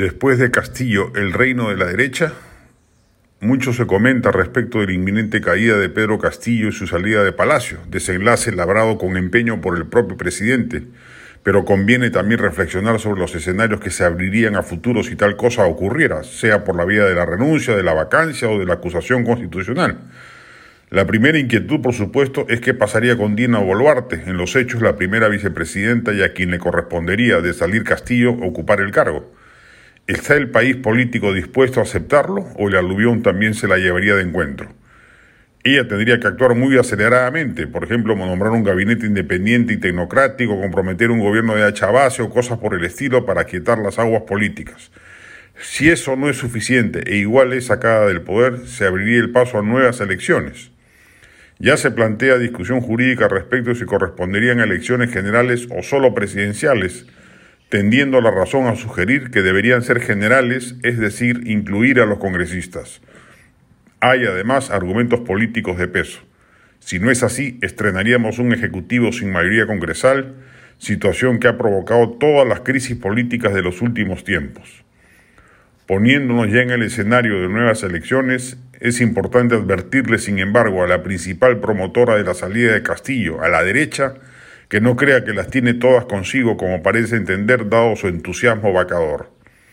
Después de Castillo, el reino de la derecha. Mucho se comenta respecto de la inminente caída de Pedro Castillo y su salida de Palacio, desenlace labrado con empeño por el propio presidente, pero conviene también reflexionar sobre los escenarios que se abrirían a futuro si tal cosa ocurriera, sea por la vía de la renuncia, de la vacancia o de la acusación constitucional. La primera inquietud, por supuesto, es qué pasaría con Dina Boluarte, en los hechos la primera vicepresidenta y a quien le correspondería, de salir Castillo, ocupar el cargo. ¿Está el país político dispuesto a aceptarlo o el aluvión también se la llevaría de encuentro? Ella tendría que actuar muy aceleradamente, por ejemplo, nombrar un gabinete independiente y tecnocrático, comprometer un gobierno de hacha base o cosas por el estilo para aquietar las aguas políticas. Si eso no es suficiente e igual es sacada del poder, se abriría el paso a nuevas elecciones. Ya se plantea discusión jurídica respecto a si corresponderían a elecciones generales o solo presidenciales, tendiendo la razón a sugerir que deberían ser generales, es decir, incluir a los congresistas. Hay además argumentos políticos de peso. Si no es así, estrenaríamos un ejecutivo sin mayoría congresal, situación que ha provocado todas las crisis políticas de los últimos tiempos. Poniéndonos ya en el escenario de nuevas elecciones, es importante advertirle, sin embargo, a la principal promotora de la salida de Castillo, a la derecha, que no crea que las tiene todas consigo como parece entender dado su entusiasmo vacador.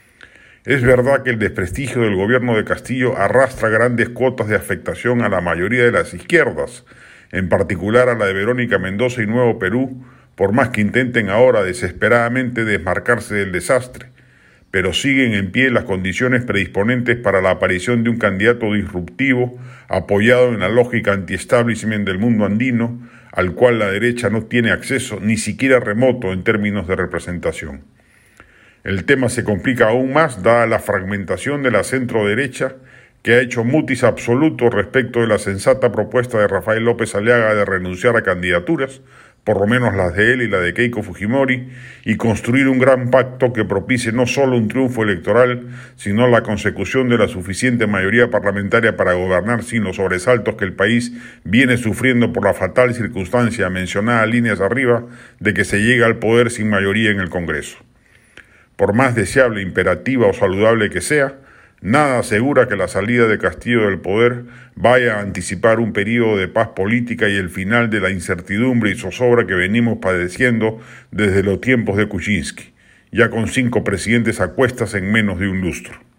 Es verdad que el desprestigio del gobierno de Castillo arrastra grandes cuotas de afectación a la mayoría de las izquierdas, en particular a la de Verónica Mendoza y Nuevo Perú, por más que intenten ahora desesperadamente desmarcarse del desastre, pero siguen en pie las condiciones predisponentes para la aparición de un candidato disruptivo apoyado en la lógica anti-establishment del mundo andino, al cual la derecha no tiene acceso ni siquiera remoto en términos de representación. El tema se complica aún más dada la fragmentación de la centro-derecha que ha hecho mutis absoluto respecto de la sensata propuesta de Rafael López Aliaga de renunciar a candidaturas, por lo menos las de él y la de Keiko Fujimori, y construir un gran pacto que propicie no solo un triunfo electoral, sino la consecución de la suficiente mayoría parlamentaria para gobernar sin los sobresaltos que el país viene sufriendo por la fatal circunstancia mencionada líneas arriba de que se llega al poder sin mayoría en el Congreso. Por más deseable, imperativa o saludable que sea, nada asegura que la salida de Castillo del poder vaya a anticipar un periodo de paz política y el final de la incertidumbre y zozobra que venimos padeciendo desde los tiempos de Kuczynski, ya con 5 presidentes a cuestas en menos de un lustro.